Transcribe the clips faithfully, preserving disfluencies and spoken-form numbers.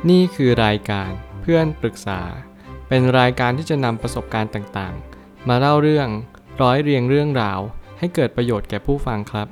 นี่คือรายการเพื่อนปรึกษาเป็นรายการที่จะนำประสบการณ์ต่างๆมาเล่าเรื่องร้อยเรียงเรื่องราวให้เกิดประโยชน์แก่ผู้ฟังครับ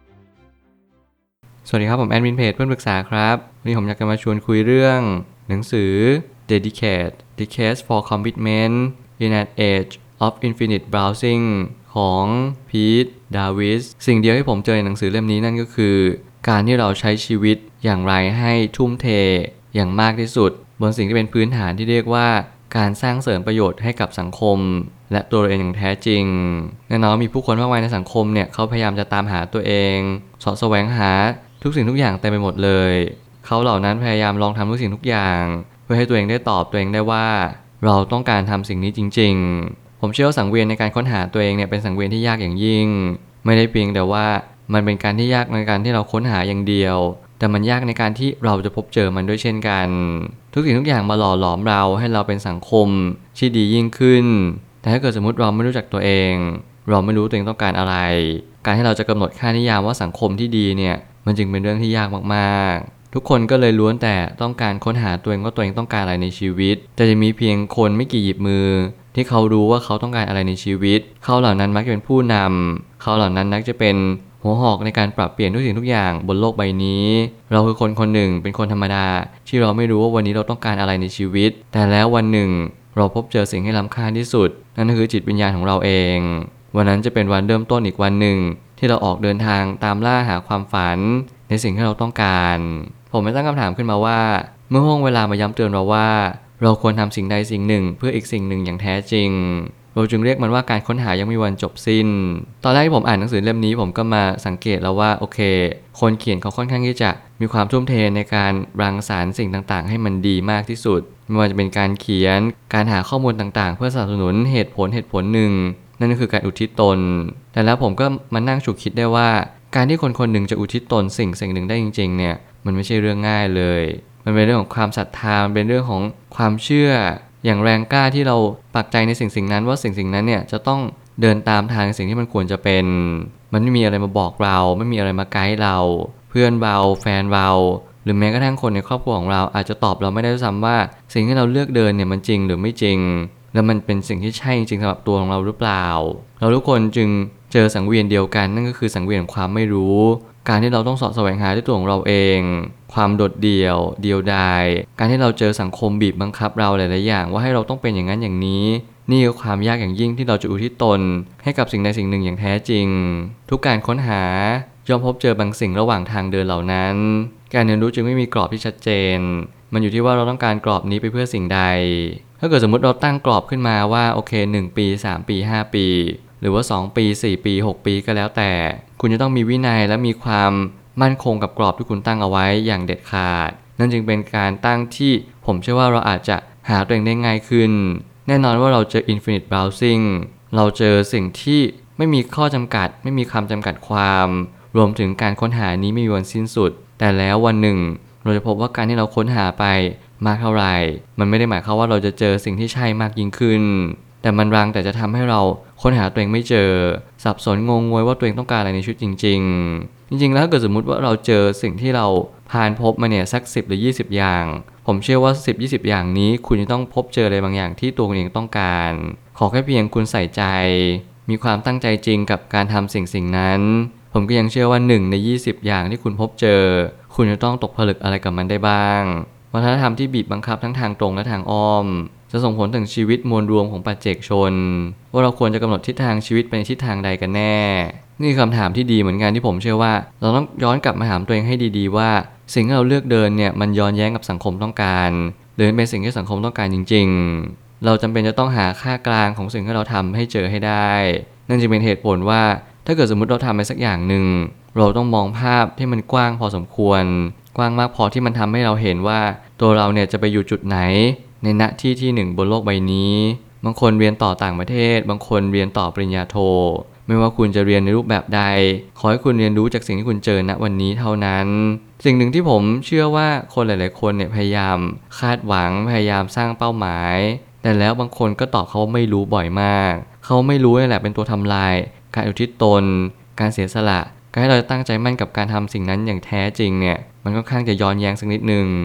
สวัสดีครับผมแอดมินเพจเพื่อนปรึกษาครับวันนี้ผมอยากจะมาชวนคุยเรื่องหนังสือ Dedicate: The Case for Commitment in an Age of Infinite Browsing ของพีท ดาวิสสิ่งเดียวที่ผมเจอในหนังสือเล่มนี้นั่นก็คือการที่เราใช้ชีวิตอย่างไรให้ทุ่มเทอย่างมากที่สุดบนสิ่งที่เป็นพื้นฐานที่เรียกว่าการสร้างเสริมประโยชน์ให้กับสังคมและตัวเราเองอย่างแท้จริงแน่นอนมีผู้คนมากมายในสังคมเนี่ยเขาพยายามจะตามหาตัวเองเสาะแสวงหาทุกสิ่งทุกอย่างเต็มไปหมดเลยเขาเหล่านั้นพยายามลองทำทุกสิ่งทุกอย่างเพื่อให้ตัวเองได้ตอบตัวเองได้ว่าเราต้องการทำสิ่งนี้จริงๆผมเชื่อว่าสังเวียนในการค้นหาตัวเองเนี่ยเป็นสังเวียนที่ยากอย่างยิ่งไม่ได้เพียงแต่ว่ามันเป็นการที่ยากในการที่เราค้นหาอย่างเดียวแต่มันยากในการที่เราจะพบเจอมันด้วยเช่นกันทุกสิ่งทุกอย่างมาหล่อหลอมเราให้เราเป็นสังคมที่ดียิ่งขึ้นแต่ถ้าเกิดสมมติเราไม่รู้จักตัวเองเราไม่รู้ตัวเองต้องการอะไรการที่เราจะกำหนดค่านิยามว่าสังคมที่ดีเนี่ยมันจึงเป็นเรื่องที่ยากมากๆทุกคนก็เลยล้วนแต่ต้องการค้นหาตัวเองว่าตัวเองต้องการอะไรในชีวิตแต่จะมีเพียงคนไม่กี่หยิบมือที่เขารู้ว่าเขาต้องการอะไรในชีวิตเขาเหล่านั้นมักจะเป็นผู้นำเขาเหล่านั้นมักจะเป็นหัวหอกในการปรับเปลี่ยนทุกสิ่งทุกอย่างบนโลกใบนี้เราคือคนคนหนึ่งเป็นคนธรรมดาที่เราไม่รู้ว่าวันนี้เราต้องการอะไรในชีวิตแต่แล้ววันหนึ่งเราพบเจอสิ่งที่ล้ำค่าที่สุดนั่นก็คือจิตวิญญาณของเราเองวันนั้นจะเป็นวันเริ่มต้นอีกวันหนึ่งที่เราออกเดินทางตามล่าหาความฝันในสิ่งที่เราต้องการผมไม่ตั้งคำถามขึ้นมาว่าเมื่อห่วงเวลามาย้ำเตือนเราว่าเราควรทำสิ่งใดสิ่งหนึ่งเพื่ออีกสิ่งหนึ่งอย่างแท้จริงเราจึงเรียกมันว่าการค้นหายังไม่มีวันจบสิ้นตอนแรกที่ผมอ่านหนังสือเล่มนี้ผมก็มาสังเกตแล้วว่าโอเคคนเขียนเขาค่อนข้างที่จะมีความทุ่มเทในการรังสรรค์สิ่งต่างๆให้มันดีมากที่สุดไม่ว่าจะเป็นการเขียนการหาข้อมูลต่างๆเพื่อสนับสนุนเหตุผลเหตุผลหนึ่งนั่นก็คือการอุทิศตนแต่แล้วผมก็มานั่งฉุกคิดได้ว่าการที่คนคนหนึ่งจะอุทิศตนสิ่งสิ่งหนึ่งได้จริงๆเนี่ยมันไม่ใช่เรื่องง่ายเลยมันเป็นเรื่องของความศรัทธามันเป็นเรื่องของความเชื่ออย่างแรงกล้าที่เราปักใจในสิ่งสิ่งนั้นว่าสิ่งสิ่งนั้นเนี่ยจะต้องเดินตามทางสิ่งที่มันควรจะเป็นมันไม่มีอะไรมาบอกเราไม่มีอะไรมาไกด์เราเพื่อนเราแฟนเราหรือแม้กระทั่งคนในครอบครัวของเราอาจจะตอบเราไม่ได้ซ้ำว่าสิ่งที่เราเลือกเดินเนี่ยมันจริงหรือไม่จริงแล้วมันเป็นสิ่งที่ใช่จริงสำหรับตัวของเราหรือเปล่าเราทุกคนจึงเจอสังเวียนเดียวกันนั่นก็คือสังเวียนของความไม่รู้การที่เราต้องเสาะแสวงหาด้วยตัวของเราเองความโดดเดี่ยวเดียวดายการที่เราเจอสังคมบีบบังคับเราหลายๆอย่างว่าให้เราต้องเป็นอย่างนั้นอย่างนี้นี่คือความยากอย่างยิ่งที่เราจะอุทิศตนให้กับสิ่งใดสิ่งหนึ่งอย่างแท้จริงทุกการค้นหาย่อมพบเจอบางสิ่งระหว่างทางเดินเหล่านั้นการเรียนรู้จึงไม่มีกรอบที่ชัดเจนมันอยู่ที่ว่าเราต้องการกรอบนี้ไปเพื่อสิ่งใดถ้าเกิดสมมติเราตั้งกรอบขึ้นมาว่าโอเคหนึ่งปีสามปีห้าปีหรือว่าสองปีสี่ปีหกปีก็แล้วแต่คุณจะต้องมีวินัยและมีความมั่นคงกับกรอบที่คุณตั้งเอาไว้อย่างเด็ดขาดนั่นจึงเป็นการตั้งที่ผมเชื่อว่าเราอาจจะหาตัวเองได้ง่ายขึ้นแน่นอนว่าเราเจอ infinite browsing เราเจอสิ่งที่ไม่มีข้อจำกัดไม่มีคำจำกัดความรวมถึงการค้นหานี้ไม่มีวันสิ้นสุดแต่แล้ววันหนึ่งเราจะพบว่าการที่เราค้นหาไปมากเท่าไหร่มันไม่ได้หมายความว่าเราจะเจอสิ่งที่ใช่มากยิ่งขึ้นแต่มันรังแต่จะทำให้เราค้นหาตัวเองไม่เจอสับสนงงงวยว่าตัวเองต้องการอะไรในชีวิตจริงๆจริงๆแล้วถ้าเกิดสมมุติว่าเราเจอสิ่งที่เราผ่านพบมาเนี่ยสักสิบหรือยี่สิบอย่างผมเชื่อว่าสิบ ยี่สิบอย่างนี้คุณจะต้องพบเจออะไรบางอย่างที่ตัวคุณเองต้องการขอแค่เพียงคุณใส่ใจมีความตั้งใจจริงกับการทำสิ่งสิ่งนั้นผมก็ยังเชื่อว่าหนึ่งในยี่สิบอย่างที่คุณพบเจอคุณจะต้องตกผลึกอะไรกับมันได้บ้างวัฒนธรรมที่บีบบังคับทั้งทางตรงและทางอ้อมจะส่งผลถึงชีวิตมวลรวมของปัจเจกชนว่าเราควรจะกำหนดทิศทางชีวิตไปในทิศทางใดกันแน่นี่คือคำถามที่ดีเหมือนกันที่ผมเชื่อว่าเราต้องย้อนกลับมาถามตัวเองให้ดีๆว่าสิ่งที่เราเลือกเดินเนี่ยมันย้อนแย้งกับสังคมต้องการหรือเป็นสิ่งที่สังคมต้องการจริงๆเราจำเป็นจะต้องหาค่ากลางของสิ่งที่เราทำให้เจอให้ได้นั่นจึงเป็นเหตุผลว่าถ้าเกิดสมมุติเราทำอะไรสักอย่างหนึ่งเราต้องมองภาพที่มันกว้างพอสมควรกว้างมากพอที่มันทำให้เราเห็นว่าตัวเราเนี่ยจะไปอยู่จุดไหนในณที่ที่หนึ่งบนโลกใบนี้บางคนเรียนต่อต่างประเทศบางคนเรียนต่อปริญญาโทไม่ว่าคุณจะเรียนในรูปแบบใดขอให้คุณเรียนรู้จากสิ่งที่คุณเจอณวันนี้เท่านั้นสิ่งหนึ่งที่ผมเชื่อว่าคนหลายๆคนเนี่ยพยายามคาดหวังพยายามสร้างเป้าหมายแต่แล้วบางคนก็ตอบเขาว่าไม่รู้บ่อยมากเขาไม่รู้นี่แหละเป็นตัวทำลายการอุทิศตนการเสียสละการให้เราตั้งใจมั่นกับการทำสิ่งนั้นอย่างแท้จริงเนี่ยมันค่อนข้างจะย้อนแย้งสักนิดนึง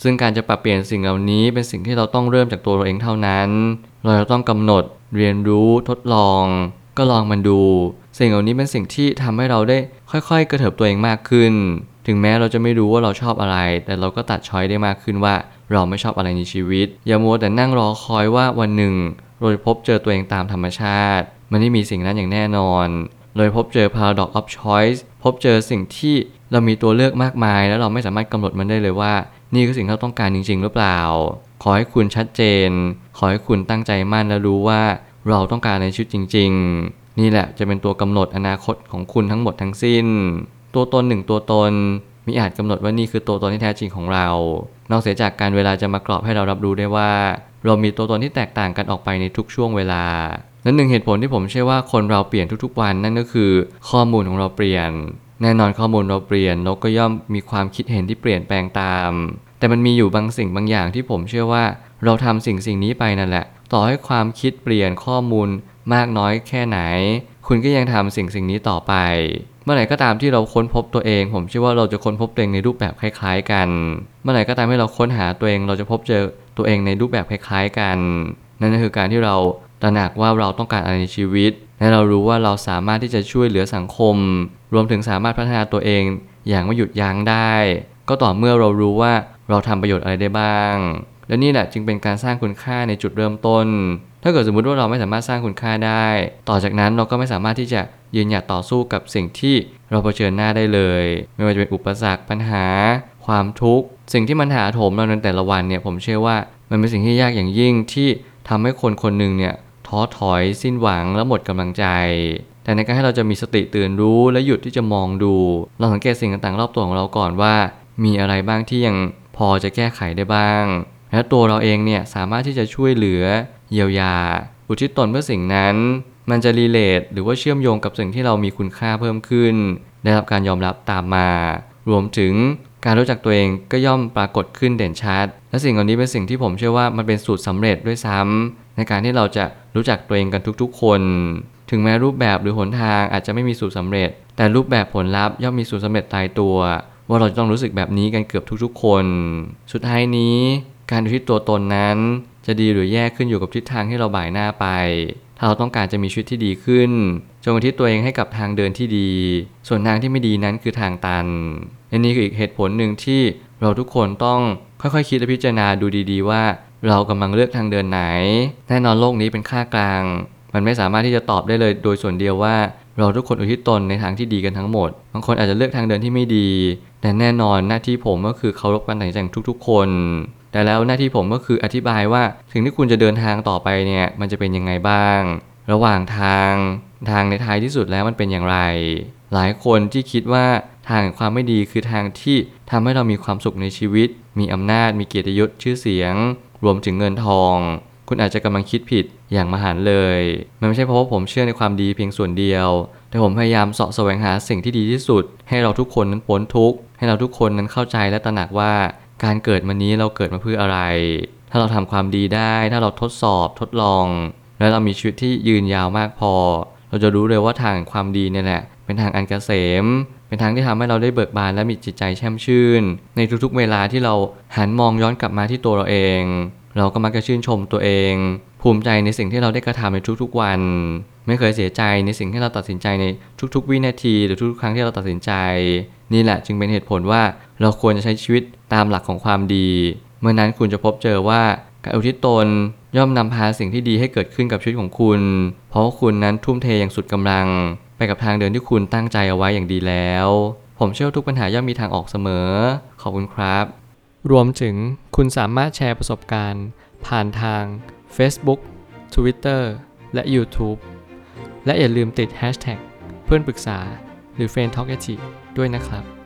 ซึ่งการจะปรับเปลี่ยนสิ่งเหล่านี้เป็นสิ่งที่เราต้องเริ่มจากตัวเราเองเท่านั้นเราจะต้องกำหนดเรียนรู้ทดลองก็ลองมันดูสิ่งเหล่านี้เป็นสิ่งที่ทำให้เราได้ค่อยๆกระเถิบตัวเองมากขึ้นถึงแม้เราจะไม่รู้ว่าเราชอบอะไรแต่เราก็ตัดช้อยได้มากขึ้นว่าเราไม่ชอบอะไรในชีวิตอย่ามัวแต่นั่งรอคอยว่าวันหนึ่งเราจะพบเจอตัวเองตามธรรมชาติมันไม่มีสิ่งนั้นอย่างแน่นอนเลยพบเจอ paradox of choice พบเจอสิ่งที่เรามีตัวเลือกมากมายแล้วเราไม่สามารถกำหนดมันได้เลยว่านี่คือสิ่งที่เราต้องการจริงๆหรือเปล่าขอให้คุณชัดเจนขอให้คุณตั้งใจมั่นและรู้ว่าเราต้องการในชีวิตจริงๆนี่แหละจะเป็นตัวกำหนดอนาคตของคุณทั้งหมดทั้งสิ้นตัวตนหนึ่งตัวตนมิอาจกำหนดว่านี่คือตัวตนที่แท้จริงของเรานอกเสียจากการเวลาจะมากรอบให้เรารับรู้ได้ว่าเรามีตัวตนที่แตกต่างกันออกไปในทุกช่วงเวลาและหนึ่งเหตุผลที่ผมเชื่อว่าคนเราเปลี่ยนทุกๆวันนั่นก็คือข้อมูลของเราเปลี่ยนแน่นอนข้อมูลเราเปลี่ยนเราก็ย่อมมีความคิดเห็นที่เปลี่ยนแปลงตามแต่มันมีอยู่บางสิ่งบางอย่างที่ผมเชื่อว่าเราทำสิ่งสิ่งนี้ไปนั่นแหละต่อให้ความคิดเปลี่ยนข้อมูลมากน้อยแค่ไหนคุณก็ยังทำสิ่งสิ่งนี้ต่อไปเมื่อไหร่ก็ตามที่เราค้นพบตัวเองผมเชื่อว่าเราจะค้นพบตัวเองในรูปแบบคล้ายๆกันเมื่อไหร่ก็ตามที่เราค้นหาตัวเองเราจะพบเจอตัวเองในรูปแบบคล้ายๆกันนั่นก็คือการที่เราตระหนักว่าเราต้องการอะไรในชีวิตและเรารู้ว่าเราสามารถที่จะช่วยเหลือสังคมรวมถึงสามารถพัฒนาตัวเองอย่างไม่หยุดยั้งได้ก็ต่อเมื่อเรารู้ว่าเราทำประโยชน์อะไรได้บ้างและนี่แหละจึงเป็นการสร้างคุณค่าในจุดเริ่มต้นถ้าเกิดสมมุติว่าเราไม่สามารถสร้างคุณค่าได้ต่อจากนั้นเราก็ไม่สามารถที่จะยืนหยัดต่อสู้กับสิ่งที่เราเผชิญหน้าได้เลยไม่ว่าจะเป็นอุปสรรคปัญหาความทุกข์สิ่งที่มันถาโถมเราในแต่ละวันเนี่ยผมเชื่อว่ามันเป็นสิ่งที่ยากอย่างยิ่งที่ทำให้คนคนหนึ่งเนี่ยท้อถอยสิ้นหวังและหมดกำลังใจแต่ในการให้เราจะมีสติตื่นรู้และหยุดที่จะมองดูเราสังเกตสิ่งต่างๆรอบตัวของเราก่อนว่ามีอะไรบ้างที่ยังพอจะแก้ไขได้บ้างและตัวเราเองเนี่ยสามารถที่จะช่วยเหลือเยียวยาอุทิศตนเพื่อสิ่งนั้นมันจะรีเลทหรือว่าเชื่อมโยงกับสิ่งที่เรามีคุณค่าเพิ่มขึ้นได้รับการยอมรับตามมารวมถึงการรู้จักตัวเองก็ย่อมปรากฏขึ้นเด่นชัดและสิ่งเหล่านี้เป็นสิ่งที่ผมเชื่อว่ามันเป็นสูตรสำเร็จด้วยซ้ำในการที่เราจะรู้จักตัวเองกันทุกๆคนถึงแม้รูปแบบหรือหนทางอาจจะไม่มีสูตรสำเร็จแต่รูปแบบผลลัพธ์ย่อมมีสูตรสำเร็จตายตัวว่าเราจะต้องรู้สึกแบบนี้กันเกือบทุกๆคนสุดท้ายนี้การอุทิศตัวตนนั้นจะดีหรือแย่ขึ้นอยู่กับทิศทางที่เราบ่ายหน้าไปถ้าเราต้องการจะมีชีวิตที่ดีขึ้นจงอุทิศตัวเองให้กับทางเดินที่ดีส่วนทางที่ไม่ดีนั้นคือทางตันและนี่คืออีกเหตุผลหนึ่งที่เราทุกคนต้องค่อยๆคิดและพิจารณาดูดีๆว่าเรากำลังเลือกทางเดินไหนแน่นอนโลกนี้เป็นค่ากลางมันไม่สามารถที่จะตอบได้เลยโดยส่วนเดียวว่าเราทุกคนอุทิศตนในทางที่ดีกันทั้งหมดบางคนอาจจะเลือกทางเดินที่ไม่ดีแต่แน่นอนหน้าที่ผมก็คือเคารพการตัดสินใจของทุกๆคนแต่แล้วหน้าที่ผมก็คืออธิบายว่าสิ่งที่คุณจะเดินทางต่อไปเนี่ยมันจะเป็นยังไงบ้างระหว่างทางทางในท้ายที่สุดแล้วมันเป็นอย่างไรหลายคนที่คิดว่าทางแห่งความไม่ดีคือทางที่ทำให้เรามีความสุขในชีวิตมีอำนาจมีเกียรติยศชื่อเสียงรวมถึงเงินทองคุณอาจจะกำลังคิดผิดอย่างมหันต์เลยมันไม่ใช่เพราะว่าผมเชื่อในความดีเพียงส่วนเดียวแต่ผมพยายามเสาะแสวงหาสิ่งที่ดีที่สุดให้เราทุกคนนั้นพ้นทุกข์ให้เราทุกคนนั้นเข้าใจและตระหนักว่าการเกิดมานี้เราเกิดมาเพื่ออะไรถ้าเราทำความดีได้ถ้าเราทดสอบทดลองและเรามีชีวิตที่ยืนยาวมากพอเราจะรู้เลยว่าทางความดีเนี่ยแหละเป็นทางอันเกษมเป็นทางที่ทำให้เราได้เบิกบานและมีจิตใจแช่มชื่นในทุกๆเวลาที่เราหันมองย้อนกลับมาที่ตัวเราเองเราก็มักจะชื่นชมตัวเองภูมิใจในสิ่งที่เราได้กระทำในทุกๆวันไม่เคยเสียใจในสิ่งที่เราตัดสินใจในทุกๆวินาทีหรือทุกๆครั้งที่เราตัดสินใจนี่แหละจึงเป็นเหตุผลว่าเราควรจะใช้ชีวิตตามหลักของความดีเมื่อนั้นคุณจะพบเจอว่าการอุทิศตนย่อมนำพาสิ่งที่ดีให้เกิดขึ้นกับชีวิตของคุณเพราะว่าคุณนั้นทุ่มเทอย่างสุดกำลังไปกับทางเดินที่คุณตั้งใจเอาไว้อย่างดีแล้วผมเชื่อทุกปัญหาย่อมมีทางออกเสมอขอบคุณครับรวมถึงคุณสามารถแชร์ประสบการณ์ผ่านทาง Facebook Twitter และ YouTube และอย่าลืมติด แฮชแท็ก เพื่อนปรึกษาหรือ เฟรนด์ ทอล์ก ด้วยนะครับ